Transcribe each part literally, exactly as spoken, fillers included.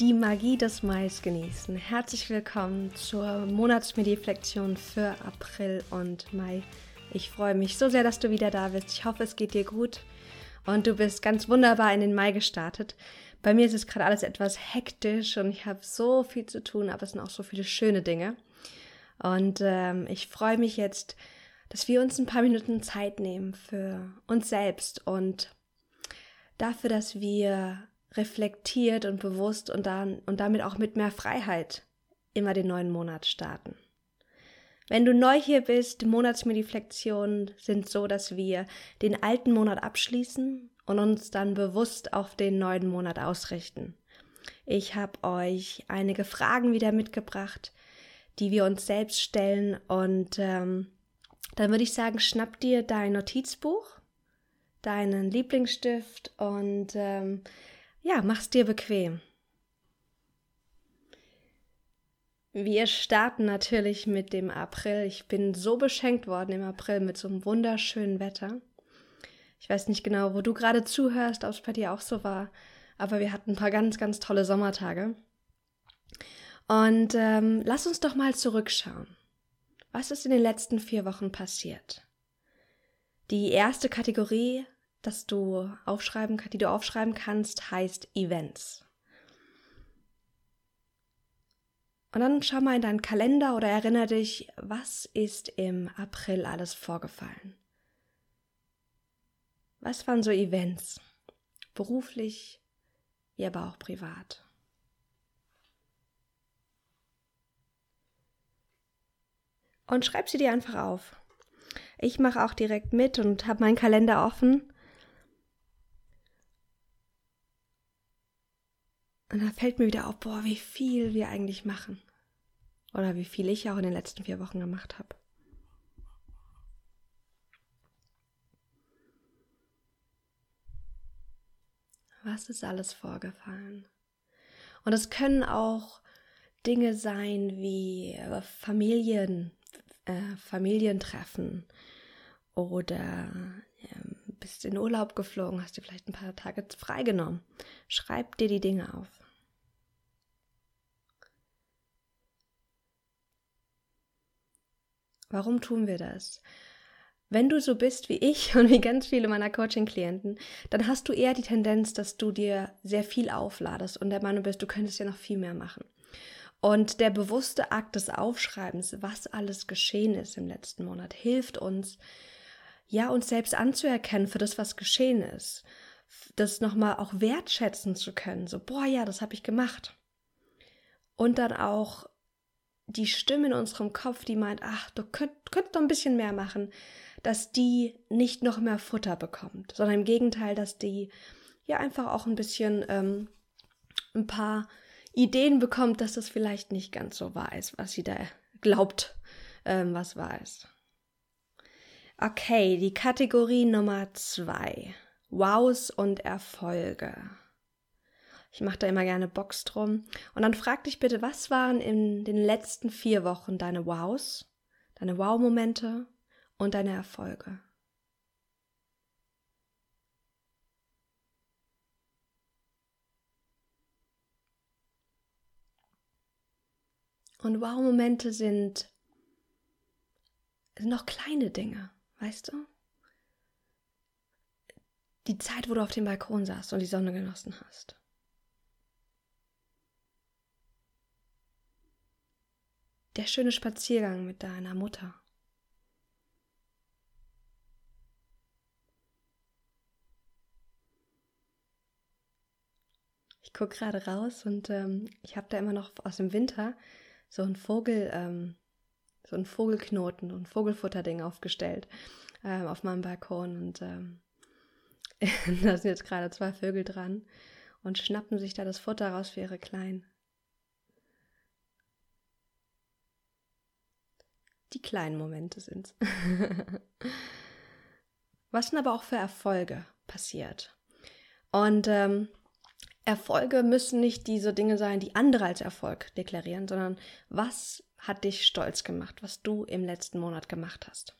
Die Magie des Mais genießen. Herzlich willkommen zur Monatsmediflexion für April und Mai. Ich freue mich so sehr, dass du wieder da bist. Ich hoffe, es geht dir gut und du bist ganz wunderbar in den Mai gestartet. Bei mir ist es gerade alles etwas hektisch und ich habe so viel zu tun, aber es sind auch so viele schöne Dinge. Und ähm, ich freue mich jetzt, dass wir uns ein paar Minuten Zeit nehmen für uns selbst und dafür, dass wir reflektiert und bewusst und, dann, und damit auch mit mehr Freiheit immer den neuen Monat starten. Wenn du neu hier bist, Monatsmediflexionen sind so, dass wir den alten Monat abschließen und uns dann bewusst auf den neuen Monat ausrichten. Ich habe euch einige Fragen wieder mitgebracht, die wir uns selbst stellen und ähm, dann würde ich sagen, schnapp dir dein Notizbuch, deinen Lieblingsstift und ähm, ja, mach's dir bequem. Wir starten natürlich mit dem April. Ich bin so beschenkt worden im April mit so einem wunderschönen Wetter. Ich weiß nicht genau, wo du gerade zuhörst, ob es bei dir auch so war, aber wir hatten ein paar ganz, ganz tolle Sommertage. Und ähm, lass uns doch mal zurückschauen. Was ist in den letzten vier Wochen passiert? Die erste Kategorie, dass du aufschreiben, die du aufschreiben kannst, heißt Events. Und dann schau mal in deinen Kalender oder erinnere dich, was ist im April alles vorgefallen? Was waren so Events? Beruflich, ja, aber auch privat. Und schreib sie dir einfach auf. Ich mache auch direkt mit und habe meinen Kalender offen. Und da fällt mir wieder auf, boah, wie viel wir eigentlich machen. Oder wie viel ich auch in den letzten vier Wochen gemacht habe. Was ist alles vorgefallen? Und es können auch Dinge sein wie Familien, äh, Familientreffen oder ähm, bist in Urlaub geflogen, hast dir vielleicht ein paar Tage freigenommen. Schreib dir die Dinge auf. Warum tun wir das? Wenn du so bist wie ich und wie ganz viele meiner Coaching-Klienten, dann hast du eher die Tendenz, dass du dir sehr viel aufladest und der Meinung bist, du könntest ja noch viel mehr machen. Und der bewusste Akt des Aufschreibens, was alles geschehen ist im letzten Monat, hilft uns, ja, uns selbst anzuerkennen für das, was geschehen ist. Das nochmal auch wertschätzen zu können. So, boah, ja, das habe ich gemacht. Und dann auch die Stimme in unserem Kopf, die meint, ach, du könnt, könntest noch ein bisschen mehr machen, dass die nicht noch mehr Futter bekommt, sondern im Gegenteil, dass die ja einfach auch ein bisschen ähm, ein paar Ideen bekommt, dass das vielleicht nicht ganz so wahr ist, was sie da glaubt, ähm, was wahr ist. Okay, die Kategorie Nummer zwei. Wows und Erfolge. Ich mache da immer gerne Box drum. Und dann frag dich bitte, was waren in den letzten vier Wochen deine Wows, deine Wow-Momente und deine Erfolge? Und Wow-Momente sind, sind noch kleine Dinge, weißt du? Die Zeit, wo du auf dem Balkon saßt und die Sonne genossen hast. Der schöne Spaziergang mit deiner Mutter. Ich gucke gerade raus und ähm, ich habe da immer noch aus dem Winter so ein Vogel, ähm, so ein Vogelknoten und Vogelfutterding aufgestellt ähm, auf meinem Balkon und ähm, da sind jetzt gerade zwei Vögel dran und schnappen sich da das Futter raus für ihre Kleinen. Die kleinen Momente sind's. Was sind aber auch für Erfolge passiert? Und ähm, Erfolge müssen nicht diese Dinge sein, die andere als Erfolg deklarieren, sondern was hat dich stolz gemacht, was du im letzten Monat gemacht hast?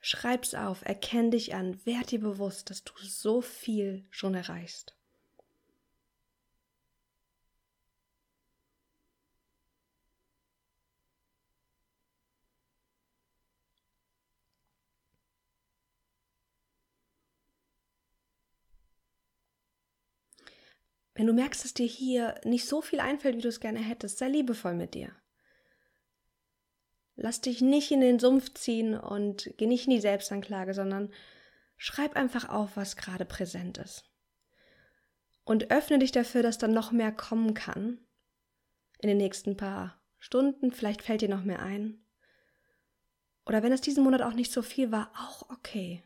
Schreib's auf, erkenn dich an, werd dir bewusst, dass du so viel schon erreichst. Wenn du merkst, dass dir hier nicht so viel einfällt, wie du es gerne hättest, sei liebevoll mit dir. Lass dich nicht in den Sumpf ziehen und geh nicht in die Selbstanklage, sondern schreib einfach auf, was gerade präsent ist. Und öffne dich dafür, dass dann noch mehr kommen kann in den nächsten paar Stunden. Vielleicht fällt dir noch mehr ein. Oder wenn es diesen Monat auch nicht so viel war, auch okay.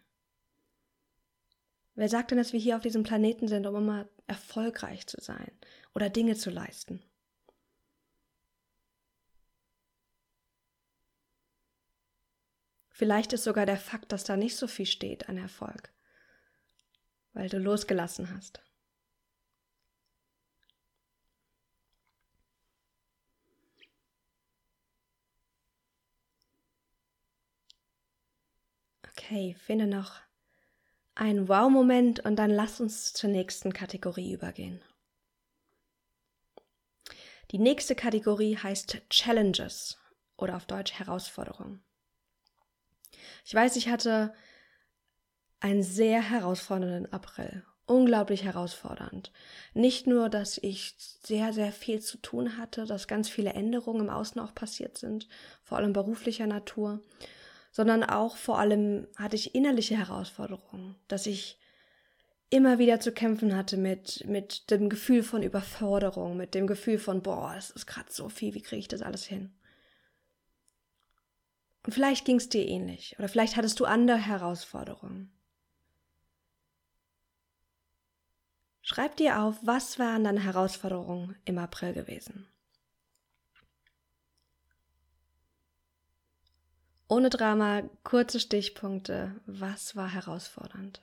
Wer sagt denn, dass wir hier auf diesem Planeten sind, um immer erfolgreich zu sein oder Dinge zu leisten? Vielleicht ist sogar der Fakt, dass da nicht so viel steht an Erfolg, weil du losgelassen hast. Okay, finde noch einen Wow-Moment und dann lass uns zur nächsten Kategorie übergehen. Die nächste Kategorie heißt Challenges oder auf Deutsch Herausforderungen. Ich weiß, ich hatte einen sehr herausfordernden April, unglaublich herausfordernd. Nicht nur, dass ich sehr, sehr viel zu tun hatte, dass ganz viele Änderungen im Außen auch passiert sind, vor allem beruflicher Natur, sondern auch vor allem hatte ich innerliche Herausforderungen, dass ich immer wieder zu kämpfen hatte mit, mit dem Gefühl von Überforderung, mit dem Gefühl von, boah, es ist gerade so viel, wie kriege ich das alles hin? Und vielleicht ging es dir ähnlich oder vielleicht hattest du andere Herausforderungen. Schreib dir auf, was waren deine Herausforderungen im April gewesen? Ohne Drama, kurze Stichpunkte, was war herausfordernd?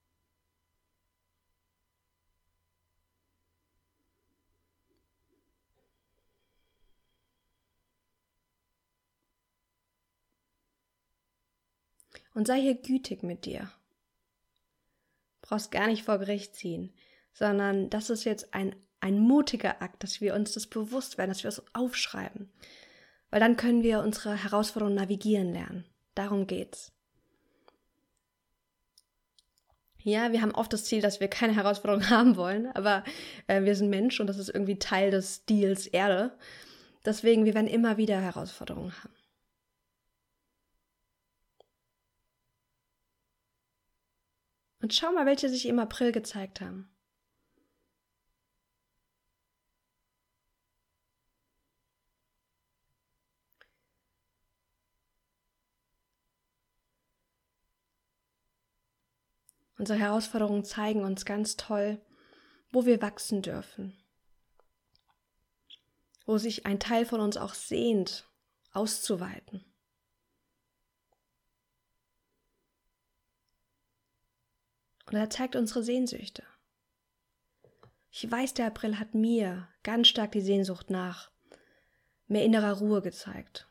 Und sei hier gütig mit dir. Du brauchst gar nicht vor Gericht ziehen, sondern das ist jetzt ein, ein mutiger Akt, dass wir uns das bewusst werden, dass wir es aufschreiben. Weil dann können wir unsere Herausforderungen navigieren lernen. Darum geht's. Ja, wir haben oft das Ziel, dass wir keine Herausforderungen haben wollen, aber äh, wir sind Mensch und das ist irgendwie Teil des Deals Erde. Deswegen, wir werden immer wieder Herausforderungen haben. Und schau mal, welche sich im April gezeigt haben. Unsere Herausforderungen zeigen uns ganz toll, wo wir wachsen dürfen. Wo sich ein Teil von uns auch sehnt, auszuweiten. Und er zeigt unsere Sehnsüchte. Ich weiß, der April hat mir ganz stark die Sehnsucht nach mehr innerer Ruhe gezeigt.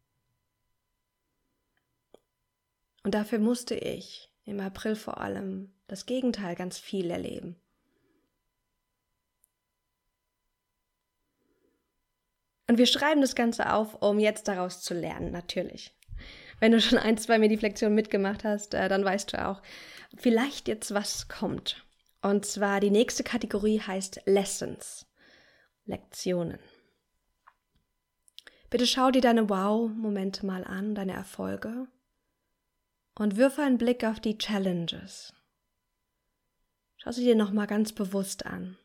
Und dafür musste ich im April vor allem das Gegenteil ganz viel erleben. Und wir schreiben das Ganze auf, um jetzt daraus zu lernen, natürlich. Wenn du schon ein, zwei Mediflexionen mitgemacht hast, dann weißt du auch, vielleicht jetzt was kommt. Und zwar die nächste Kategorie heißt Lessons, Lektionen. Bitte schau dir deine Wow-Momente mal an, deine Erfolge und wirf einen Blick auf die Challenges. Schau sie dir nochmal ganz bewusst an.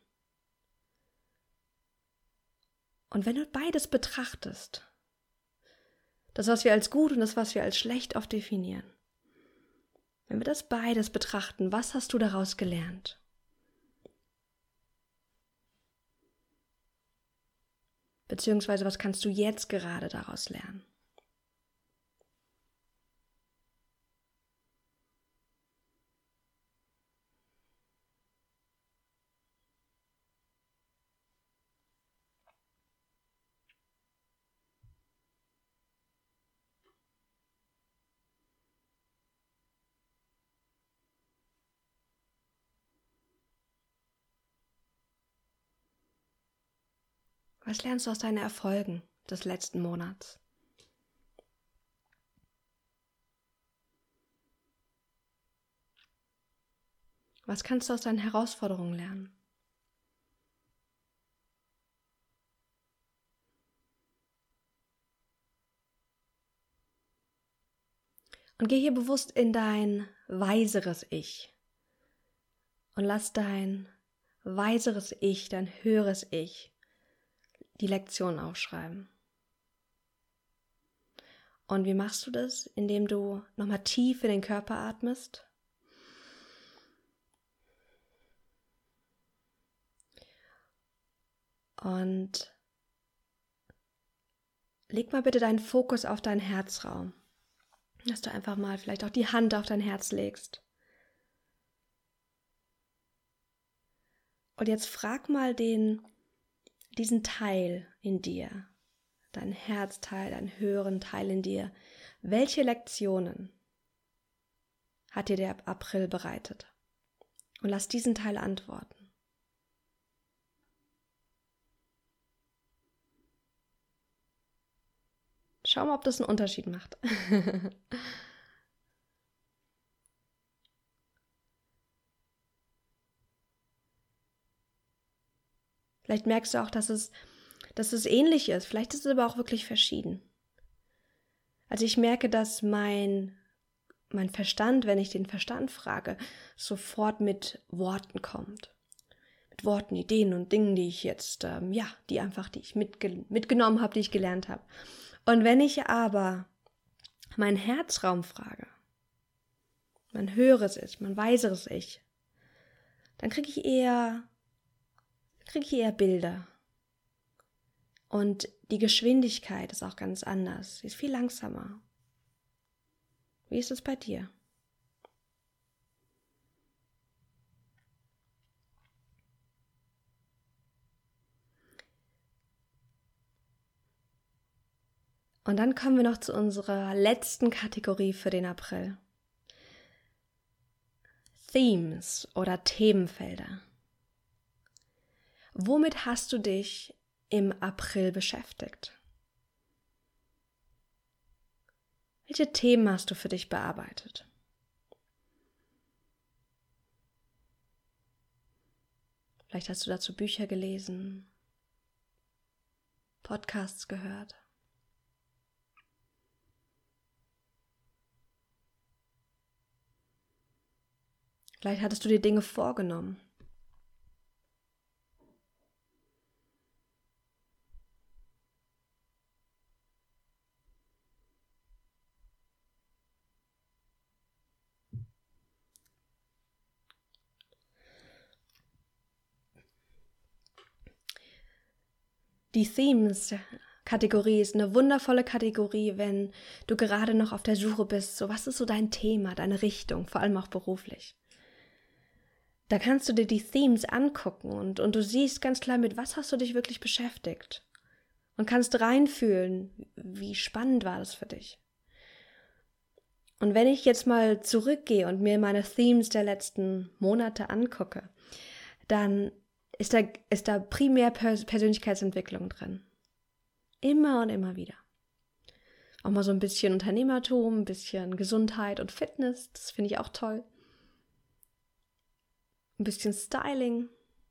Und wenn du beides betrachtest, das, was wir als gut und das, was wir als schlecht oft definieren, wenn wir das beides betrachten, was hast du daraus gelernt? Beziehungsweise, was kannst du jetzt gerade daraus lernen? Was lernst du aus deinen Erfolgen des letzten Monats? Was kannst du aus deinen Herausforderungen lernen? Und geh hier bewusst in dein weiseres Ich. Und lass dein weiseres Ich, dein höheres Ich, die Lektion aufschreiben. Und wie machst du das? Indem du nochmal tief in den Körper atmest. Und leg mal bitte deinen Fokus auf deinen Herzraum. Dass du einfach mal vielleicht auch die Hand auf dein Herz legst. Und jetzt frag mal den, diesen Teil in dir, dein Herzteil, deinen höheren Teil in dir, welche Lektionen hat dir der April bereitet? Und lass diesen Teil antworten. Schau mal, ob das einen Unterschied macht. Vielleicht merkst du auch, dass es, dass es ähnlich ist. Vielleicht ist es aber auch wirklich verschieden. Also ich merke, dass mein, mein Verstand, wenn ich den Verstand frage, sofort mit Worten kommt. Mit Worten, Ideen und Dingen, die ich jetzt, ähm, ja, die einfach, die ich mitge- mitgenommen habe, die ich gelernt habe. Und wenn ich aber meinen Herzraum frage, mein höheres Ich, mein weiseres Ich, dann kriege ich eher, kriege ich eher Bilder. Und die Geschwindigkeit ist auch ganz anders. Sie ist viel langsamer. Wie ist es bei dir? Und dann kommen wir noch zu unserer letzten Kategorie für den April. Themes oder Themenfelder. Womit hast du dich im April beschäftigt? Welche Themen hast du für dich bearbeitet? Vielleicht hast du dazu Bücher gelesen, Podcasts gehört. Vielleicht hattest du dir Dinge vorgenommen. Die Themes-Kategorie ist eine wundervolle Kategorie, wenn du gerade noch auf der Suche bist. So, was ist so dein Thema, deine Richtung, vor allem auch beruflich? Da kannst du dir die Themes angucken und, und du siehst ganz klar, mit was hast du dich wirklich beschäftigt. Und kannst reinfühlen, wie spannend war das für dich. Und wenn ich jetzt mal zurückgehe und mir meine Themes der letzten Monate angucke, dann ist da, ist da primär Persönlichkeitsentwicklung drin. Immer und immer wieder. Auch mal so ein bisschen Unternehmertum, ein bisschen Gesundheit und Fitness, das finde ich auch toll. Ein bisschen Styling.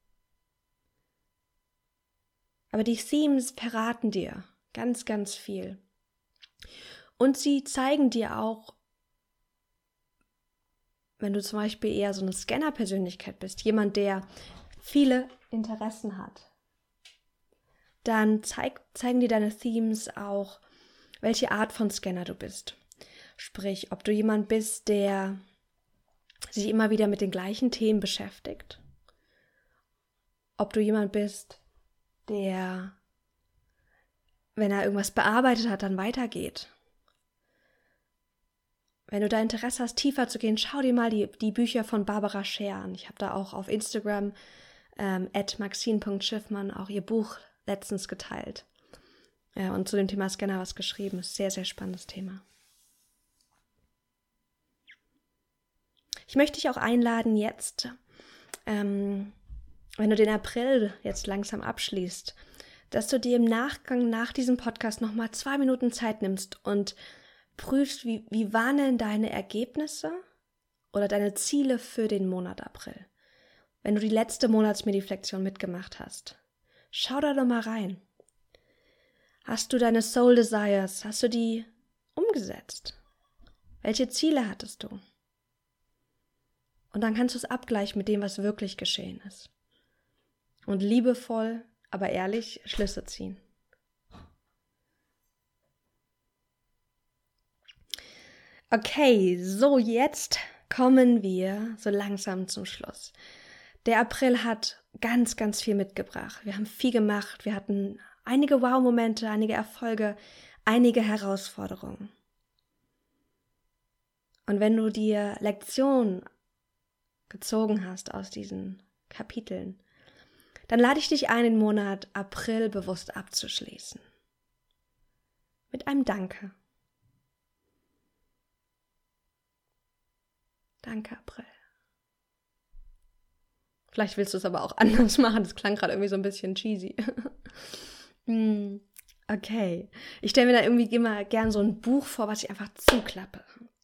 Aber die Themes verraten dir ganz, ganz viel. Und sie zeigen dir auch, wenn du zum Beispiel eher so eine Scanner-Persönlichkeit bist, jemand, der viele Interessen hat, dann zeig, zeigen dir deine Themes auch, welche Art von Scanner du bist. Sprich, ob du jemand bist, der sich immer wieder mit den gleichen Themen beschäftigt. Ob du jemand bist, der, wenn er irgendwas bearbeitet hat, dann weitergeht. Wenn du da Interesse hast, tiefer zu gehen, schau dir mal die, die Bücher von Barbara Scher an. Ich habe da auch auf Instagram ähm, at maxine punkt schiffmann auch ihr Buch letztens geteilt. Ja, und zu dem Thema Scanner was geschrieben. Ist ein sehr, sehr spannendes Thema. Ich möchte dich auch einladen, jetzt, ähm, wenn du den April jetzt langsam abschließt, dass du dir im Nachgang nach diesem Podcast nochmal zwei Minuten Zeit nimmst und prüfst, wie, wie waren denn deine Ergebnisse oder deine Ziele für den Monat April, wenn du die letzte Monatsmediflexion mitgemacht hast. Schau da doch mal rein. Hast du deine Soul Desires, hast du die umgesetzt? Welche Ziele hattest du? Und dann kannst du es abgleichen mit dem, was wirklich geschehen ist. Und liebevoll, aber ehrlich Schlüsse ziehen. Okay, so jetzt kommen wir so langsam zum Schluss. Der April hat ganz, ganz viel mitgebracht. Wir haben viel gemacht, wir hatten einige Wow-Momente, einige Erfolge, einige Herausforderungen. Und wenn du dir Lektionen gezogen hast aus diesen Kapiteln, dann lade ich dich ein, den Monat April bewusst abzuschließen. Mit einem Danke. Danke, April. Vielleicht willst du es aber auch anders machen. Das klang gerade irgendwie so ein bisschen cheesy. Okay. Ich stelle mir da irgendwie immer gern so ein Buch vor, was ich einfach zuklappe.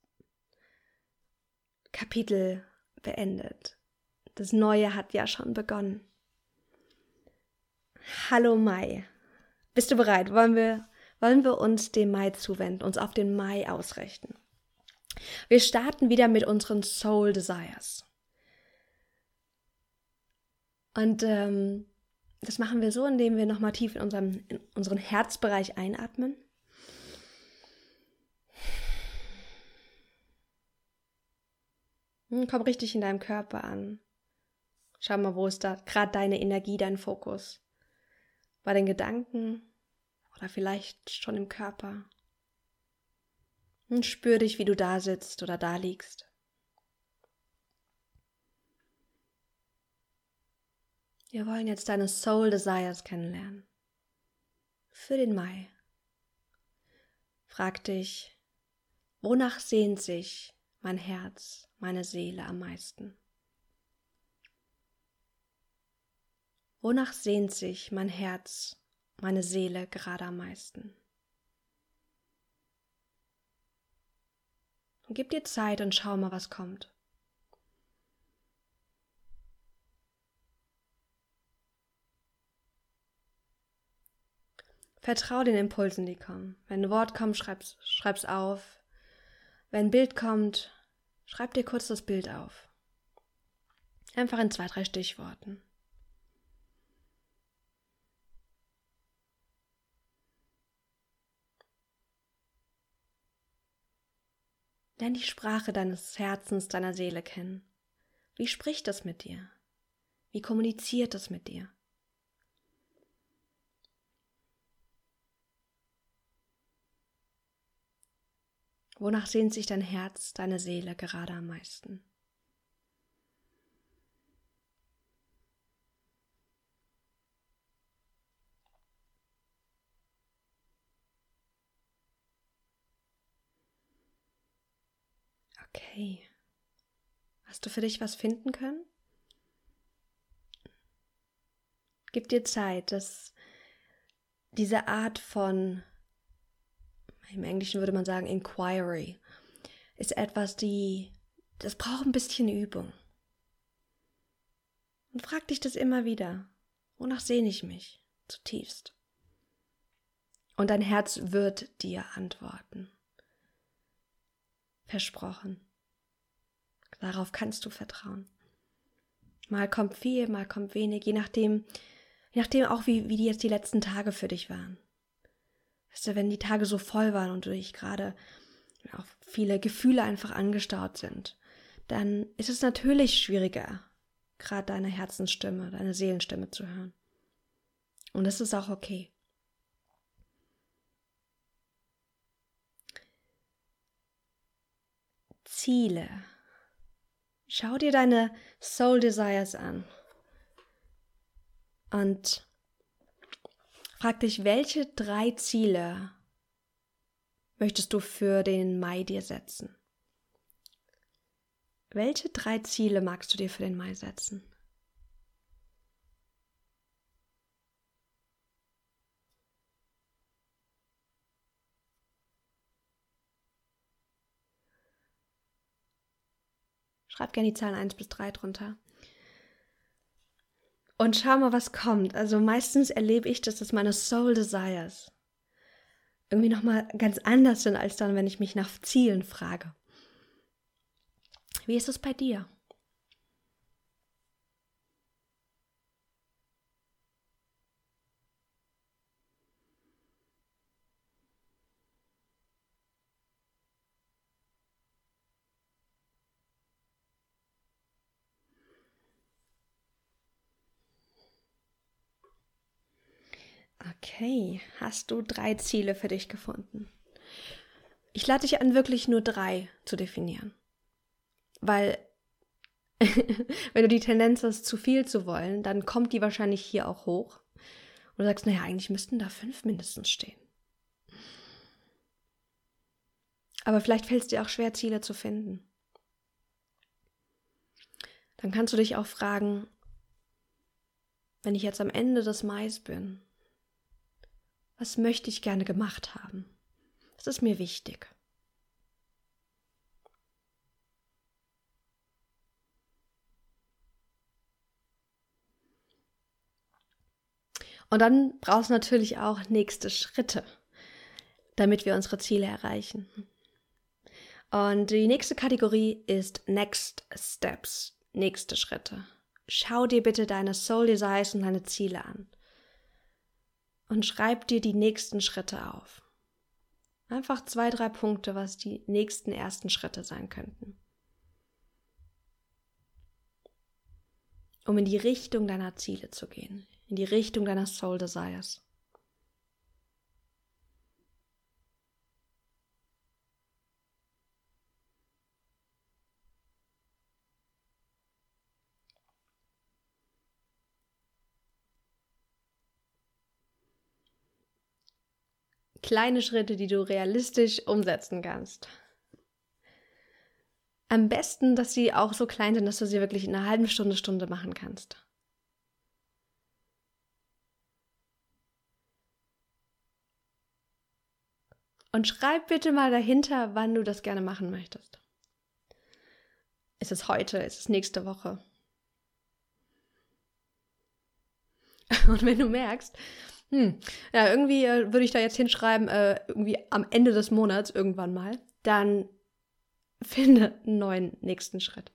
Kapitel beendet. Das Neue hat ja schon begonnen. Hallo Mai. Bist du bereit? Wollen wir, wollen wir uns dem Mai zuwenden, uns auf den Mai ausrichten? Wir starten wieder mit unseren Soul Desires. Und ähm, das machen wir so, indem wir nochmal tief in, unserem, in unseren Herzbereich einatmen. Komm richtig in deinem Körper an. Schau mal, wo ist da gerade deine Energie, dein Fokus? Bei den Gedanken oder vielleicht schon im Körper? Und spür dich, wie du da sitzt oder da liegst. Wir wollen jetzt deine Soul Desires kennenlernen. Für den Mai. Frag dich, wonach sehnt sich mein Herz, meine Seele am meisten? Wonach sehnt sich mein Herz, meine Seele gerade am meisten? Und gib dir Zeit und schau mal, was kommt. Vertrau den Impulsen, die kommen. Wenn ein Wort kommt, schreib's, schreib's auf. Wenn ein Bild kommt, schreib dir kurz das Bild auf. Einfach in zwei, drei Stichworten. Lern die Sprache deines Herzens, deiner Seele kennen. Wie spricht das mit dir? Wie kommuniziert das mit dir? Wonach sehnt sich dein Herz, deine Seele gerade am meisten? Okay. Hast du für dich was finden können? Gib dir Zeit, dass diese Art von, im Englischen würde man sagen Inquiry, ist etwas, die, das braucht ein bisschen Übung. Und frag dich das immer wieder. Wonach sehne ich mich zutiefst? Und dein Herz wird dir antworten. Versprochen. Darauf kannst du vertrauen. Mal kommt viel, mal kommt wenig, je nachdem, je nachdem auch, wie, wie die jetzt die letzten Tage für dich waren. Weißt du, wenn die Tage so voll waren und du dich gerade auch viele Gefühle einfach angestaut sind, dann ist es natürlich schwieriger, gerade deine Herzensstimme, deine Seelenstimme zu hören. Und das ist auch okay. Ziele. Schau dir deine Soul Desires an und frag dich, welche drei Ziele möchtest du für den Mai dir setzen? Welche drei Ziele magst du dir für den Mai setzen? Schreib gerne die Zahlen eins bis drei drunter. Und schau mal, was kommt. Also meistens erlebe ich, dass das meine Soul Desires irgendwie nochmal ganz anders sind, als dann, wenn ich mich nach Zielen frage. Wie ist es bei dir? Okay, hast du drei Ziele für dich gefunden? Ich lade dich an, wirklich nur drei zu definieren. Weil, wenn du die Tendenz hast, zu viel zu wollen, dann kommt die wahrscheinlich hier auch hoch. Und du sagst, naja, eigentlich müssten da fünf mindestens stehen. Aber vielleicht fällt es dir auch schwer, Ziele zu finden. Dann kannst du dich auch fragen, wenn ich jetzt am Ende des Mais bin, was möchte ich gerne gemacht haben? Das ist mir wichtig. Und dann brauchst du natürlich auch nächste Schritte, damit wir unsere Ziele erreichen. Und die nächste Kategorie ist Next Steps, nächste Schritte. Schau dir bitte deine Soul Desires und deine Ziele an. Und schreib dir die nächsten Schritte auf. Einfach zwei, drei Punkte, was die nächsten ersten Schritte sein könnten. Um in die Richtung deiner Ziele zu gehen, in die Richtung deiner Soul Desires. Kleine Schritte, die du realistisch umsetzen kannst. Am besten, dass sie auch so klein sind, dass du sie wirklich in einer halben Stunde, Stunde machen kannst. Und schreib bitte mal dahinter, wann du das gerne machen möchtest. Ist es heute? Ist es nächste Woche? Und wenn du merkst, hm, ja, irgendwie äh, würde ich da jetzt hinschreiben, äh, irgendwie am Ende des Monats irgendwann mal, dann finde einen neuen nächsten Schritt.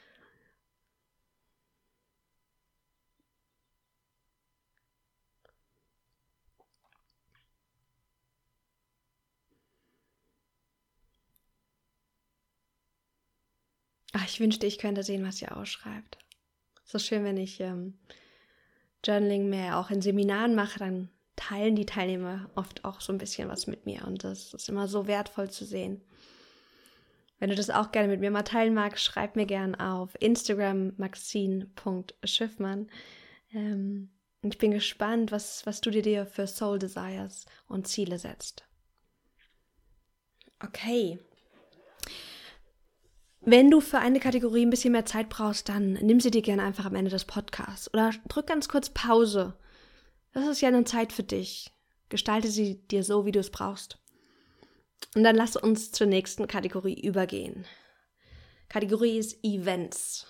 Ach, ich wünschte, ich könnte sehen, was ihr ausschreibt. So schön, wenn ich ähm, Journaling mehr auch in Seminaren mache, dann teilen die Teilnehmer oft auch so ein bisschen was mit mir und das ist immer so wertvoll zu sehen. Wenn du das auch gerne mit mir mal teilen magst, schreib mir gerne auf Instagram maxine punkt schiffmann. Ähm, ich bin gespannt, was, was du dir für Soul Desires und Ziele setzt. Okay. Wenn du für eine Kategorie ein bisschen mehr Zeit brauchst, dann nimm sie dir gerne einfach am Ende des Podcasts oder drück ganz kurz Pause. Das ist ja eine Zeit für dich. Gestalte sie dir so, wie du es brauchst. Und dann lass uns zur nächsten Kategorie übergehen. Kategorie ist Events.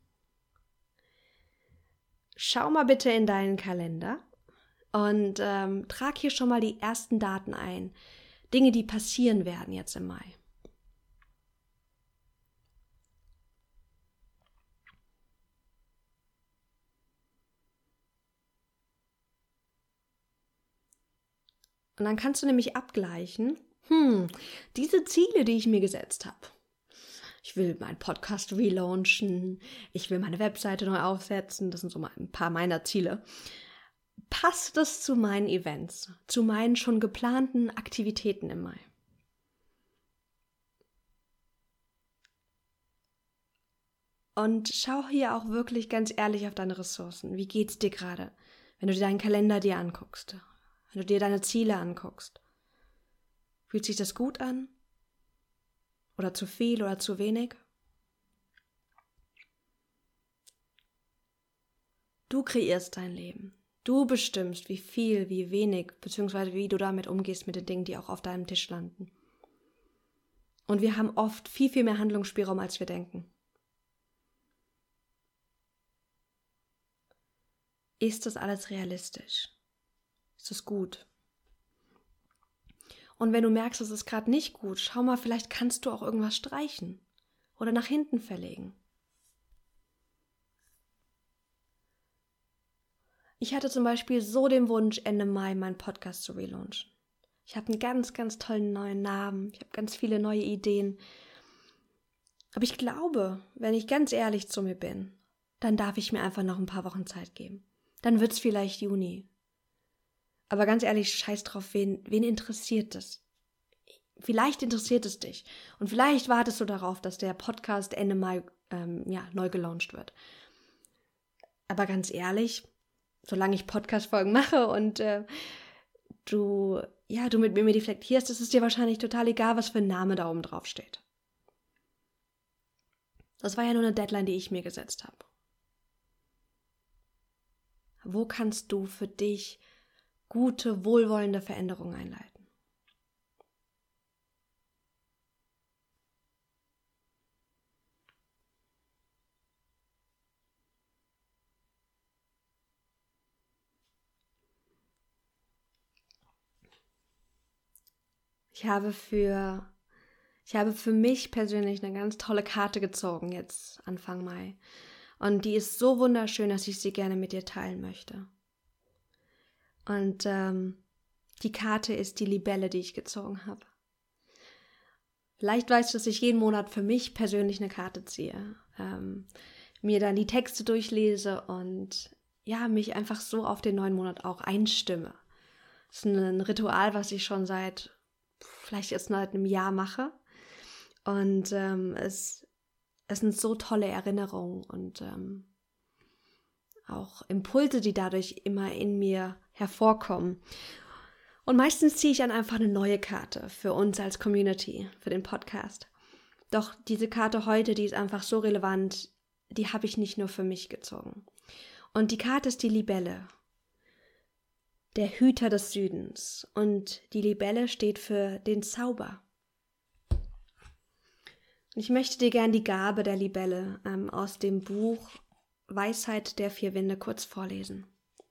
Schau mal bitte in deinen Kalender und ähm, trag hier schon mal die ersten Daten ein. Dinge, die passieren werden jetzt im Mai. Und dann kannst du nämlich abgleichen, hm, diese Ziele, die ich mir gesetzt habe. Ich will meinen Podcast relaunchen, ich will meine Webseite neu aufsetzen, das sind so mal ein paar meiner Ziele. Passt das zu meinen Events, zu meinen schon geplanten Aktivitäten im Mai? Und schau hier auch wirklich ganz ehrlich auf deine Ressourcen. Wie geht's dir gerade, wenn du deinen Kalender dir anguckst? Wenn du dir deine Ziele anguckst, fühlt sich das gut an? Oder zu viel oder zu wenig? Du kreierst dein Leben. Du bestimmst, wie viel, wie wenig, beziehungsweise wie du damit umgehst mit den Dingen, die auch auf deinem Tisch landen. Und wir haben oft viel, viel mehr Handlungsspielraum, als wir denken. ist das alles realistisch? Ist das gut? Und wenn du merkst, es ist gerade nicht gut, schau mal, vielleicht kannst du auch irgendwas streichen oder nach hinten verlegen. Ich hatte zum Beispiel so den Wunsch, Ende Mai meinen Podcast zu relaunchen. Ich habe einen ganz, ganz tollen neuen Namen. Ich habe ganz viele neue Ideen. Aber ich glaube, wenn ich ganz ehrlich zu mir bin, dann darf ich mir einfach noch ein paar Wochen Zeit geben. Dann wird es vielleicht Juni. Aber ganz ehrlich, scheiß drauf, wen, wen interessiert das? Vielleicht interessiert es dich. Und vielleicht wartest du darauf, dass der Podcast Ende Mai ähm, ja, neu gelauncht wird. Aber ganz ehrlich, solange ich Podcast-Folgen mache und äh, du, ja, du mit mir reflektierst, ist es dir wahrscheinlich total egal, was für ein Name da oben drauf steht. Das war ja nur eine Deadline, die ich mir gesetzt habe. Wo kannst du für dich gute, wohlwollende Veränderungen einleiten? Ich habe für, ich habe für mich persönlich eine ganz tolle Karte gezogen jetzt Anfang Mai. Und die ist so wunderschön, dass ich sie gerne mit dir teilen möchte. Und ähm, die Karte ist die Libelle, die ich gezogen habe. Vielleicht weißt du, dass ich jeden Monat für mich persönlich eine Karte ziehe, ähm, mir dann die Texte durchlese und ja, mich einfach so auf den neuen Monat auch einstimme. Das ist ein Ritual, was ich schon seit vielleicht jetzt seit einem Jahr mache. Und ähm, es, es sind so tolle Erinnerungen und ähm, auch Impulse, die dadurch immer in mir hervorkommen. Und meistens ziehe ich dann einfach eine neue Karte für uns als Community, für den Podcast. Doch diese Karte heute, die ist einfach so relevant, die habe ich nicht nur für mich gezogen. Und die Karte ist die Libelle, der Hüter des Südens. Und die Libelle steht für den Zauber. Ich möchte dir gern die Gabe der Libelle ähm, aus dem Buch Weisheit der vier Winde kurz vorlesen.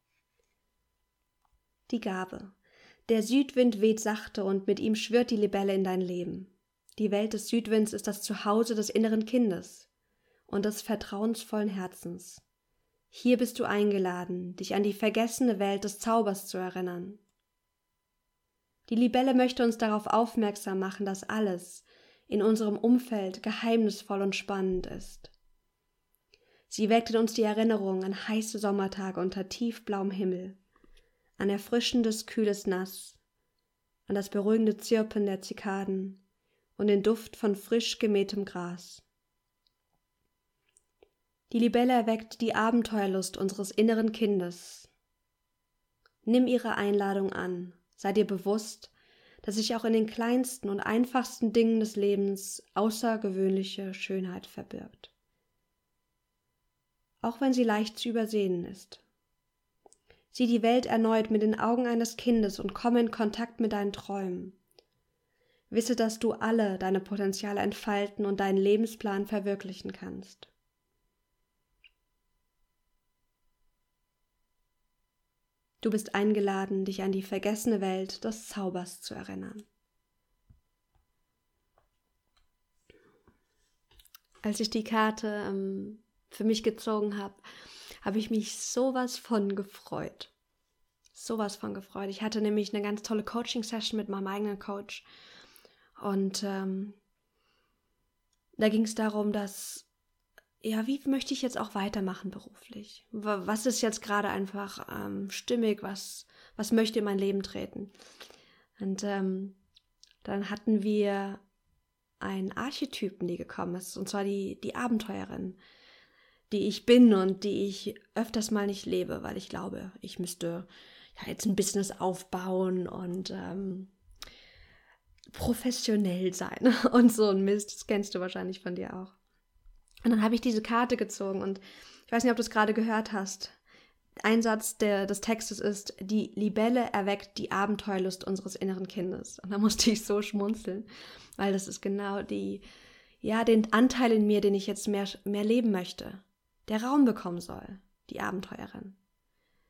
Die Gabe. Der Südwind weht sachte und mit ihm schwirrt die Libelle in dein Leben. Die Welt des Südwinds ist das Zuhause des inneren Kindes und des vertrauensvollen Herzens. Hier bist du eingeladen, dich an die vergessene Welt des Zaubers zu erinnern. Die Libelle möchte uns darauf aufmerksam machen, dass alles in unserem Umfeld geheimnisvoll und spannend ist. Sie weckt in uns die Erinnerung an heiße Sommertage unter tiefblauem Himmel, an erfrischendes, kühles Nass, an das beruhigende Zirpen der Zikaden und den Duft von frisch gemähtem Gras. Die Libelle erweckt die Abenteuerlust unseres inneren Kindes. Nimm ihre Einladung an, sei dir bewusst, dass sich auch in den kleinsten und einfachsten Dingen des Lebens außergewöhnliche Schönheit verbirgt. Auch wenn sie leicht zu übersehen ist. Sieh die Welt erneut mit den Augen eines Kindes und komme in Kontakt mit deinen Träumen. Wisse, dass du alle deine Potenziale entfalten und deinen Lebensplan verwirklichen kannst. Du bist eingeladen, dich an die vergessene Welt des Zaubers zu erinnern. Als ich die Karte ähm, für mich gezogen habe, habe ich mich sowas von gefreut. Sowas von gefreut. Ich hatte nämlich eine ganz tolle Coaching-Session mit meinem eigenen Coach. Und ähm, da ging es darum, dass ja, wie möchte ich jetzt auch weitermachen beruflich? Was ist jetzt gerade einfach ähm, stimmig? Was, was möchte in mein Leben treten? Und ähm, dann hatten wir einen Archetypen, die gekommen ist, und zwar die, die Abenteuerin, die ich bin und die ich öfters mal nicht lebe, weil ich glaube, ich müsste ja jetzt ein Business aufbauen und ähm, professionell sein und so ein Mist. Das kennst du wahrscheinlich von dir auch. Und dann habe ich diese Karte gezogen und ich weiß nicht, ob du es gerade gehört hast. Ein Satz der, des Textes ist, die Libelle erweckt die Abenteuerlust unseres inneren Kindes. Und da musste ich so schmunzeln, weil das ist genau die, ja, den Anteil in mir, den ich jetzt mehr, mehr leben möchte, der Raum bekommen soll, die Abenteuerin.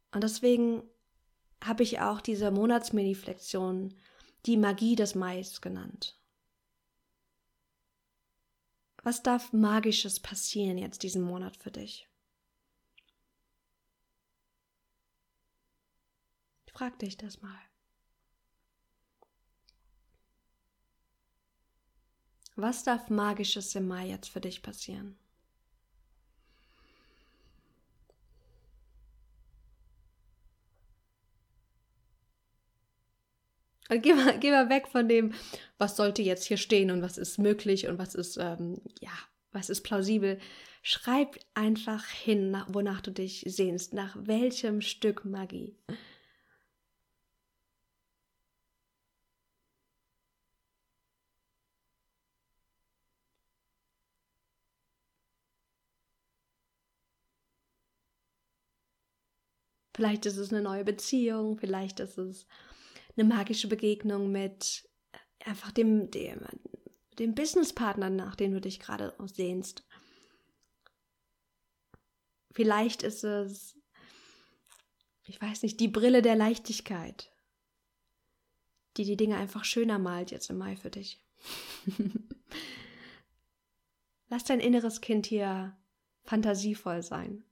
Und deswegen habe ich auch diese Monatsmediflexion die Magie des Mais genannt. Was darf Magisches passieren jetzt diesen Monat für dich? Frag dich das mal. Was darf Magisches im Mai jetzt für dich passieren? Und geh mal, geh mal weg von dem, was sollte jetzt hier stehen und was ist möglich und was ist, ähm, ja, was ist plausibel. Schreib einfach hin, nach, wonach du dich sehnst, nach welchem Stück Magie. Vielleicht ist es eine neue Beziehung, vielleicht ist es eine magische Begegnung mit einfach dem, dem, dem Businesspartner, nach dem du dich gerade sehnst. Vielleicht ist es, ich weiß nicht, die Brille der Leichtigkeit, die die Dinge einfach schöner malt jetzt im Mai für dich. Lass dein inneres Kind hier fantasievoll sein.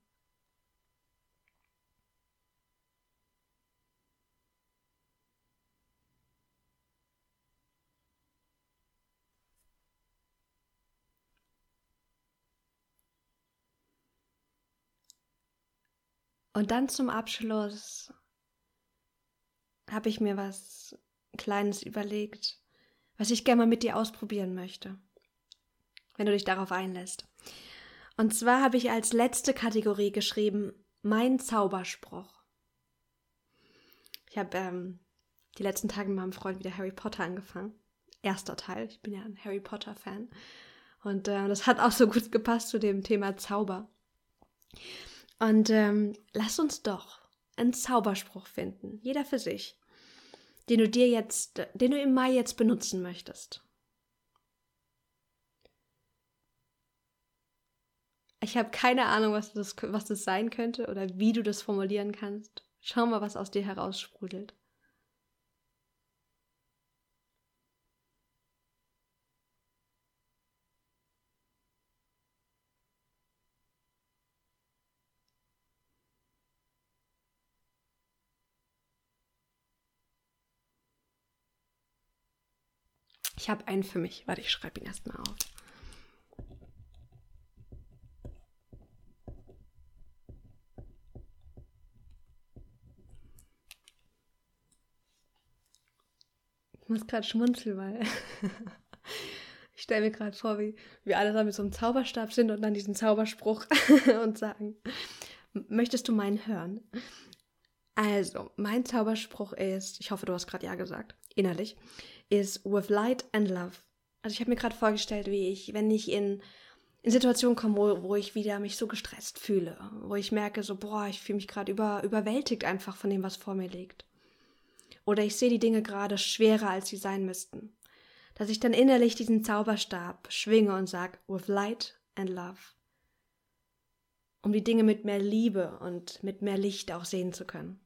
Und dann zum Abschluss habe ich mir was Kleines überlegt, was ich gerne mal mit dir ausprobieren möchte, wenn du dich darauf einlässt. Und zwar habe ich als letzte Kategorie geschrieben, mein Zauberspruch. Ich habe ähm, die letzten Tage mit meinem Freund wieder Harry Potter angefangen. Erster Teil, ich bin ja ein Harry Potter-Fan. Und äh, das hat auch so gut gepasst zu dem Thema Zauber. Und ähm, lass uns doch einen Zauberspruch finden, jeder für sich, den du dir jetzt, den du im Mai jetzt benutzen möchtest. Ich habe keine Ahnung, was das, was das sein könnte oder wie du das formulieren kannst. Schau mal, was aus dir heraussprudelt. Ich habe einen für mich. Warte, ich schreibe ihn erstmal auf. Ich muss gerade schmunzeln, weil ich stelle mir gerade vor, wie wir alle da mit so einem Zauberstab sind und dann diesen Zauberspruch und sagen, möchtest du meinen hören? Also, mein Zauberspruch ist, ich hoffe, du hast gerade ja gesagt, innerlich, ist with light and love. Also ich habe mir gerade vorgestellt, wie ich, wenn ich in, in Situationen komme, wo, wo ich wieder mich so gestresst fühle, wo ich merke so, boah, ich fühle mich gerade über, überwältigt einfach von dem, was vor mir liegt. Oder ich sehe die Dinge gerade schwerer, als sie sein müssten. Dass ich dann innerlich diesen Zauberstab schwinge und sage, with light and love. Um die Dinge mit mehr Liebe und mit mehr Licht auch sehen zu können.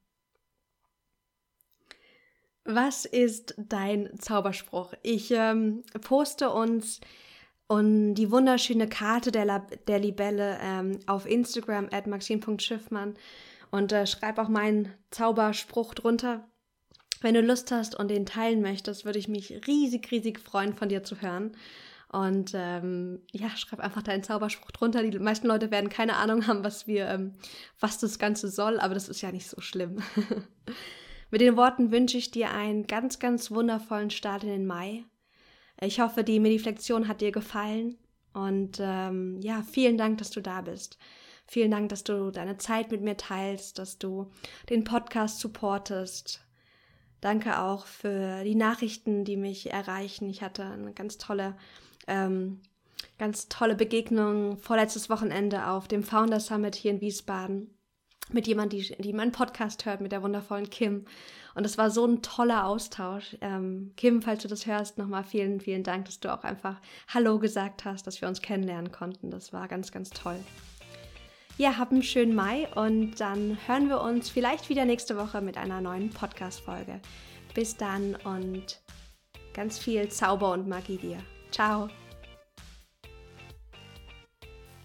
Was ist dein Zauberspruch? Ich ähm, poste uns und die wunderschöne Karte der, Lab- der Libelle ähm, auf Instagram at maxine punkt schiffmann und äh, schreib auch meinen Zauberspruch drunter. Wenn du Lust hast und den teilen möchtest, würde ich mich riesig, riesig freuen, von dir zu hören. Und ähm, ja, schreib einfach deinen Zauberspruch drunter. Die meisten Leute werden keine Ahnung haben, was wir, ähm, was das Ganze soll, aber das ist ja nicht so schlimm. Mit den Worten wünsche ich dir einen ganz, ganz wundervollen Start in den Mai. Ich hoffe, die Mediflexion hat dir gefallen und ähm, ja, vielen Dank, dass du da bist. Vielen Dank, dass du deine Zeit mit mir teilst, dass du den Podcast supportest. Danke auch für die Nachrichten, die mich erreichen. Ich hatte eine ganz tolle, ähm, ganz tolle Begegnung vorletztes Wochenende auf dem Founder Summit hier in Wiesbaden. Mit jemandem, die, die meinen Podcast hört, mit der wundervollen Kim. Und es war so ein toller Austausch. Ähm, Kim, falls du das hörst, nochmal vielen, vielen Dank, dass du auch einfach Hallo gesagt hast, dass wir uns kennenlernen konnten. Das war ganz, ganz toll. ja, hab einen schönen Mai und dann hören wir uns vielleicht wieder nächste Woche mit einer neuen Podcast-Folge. Bis dann und ganz viel Zauber und Magie dir. Ciao!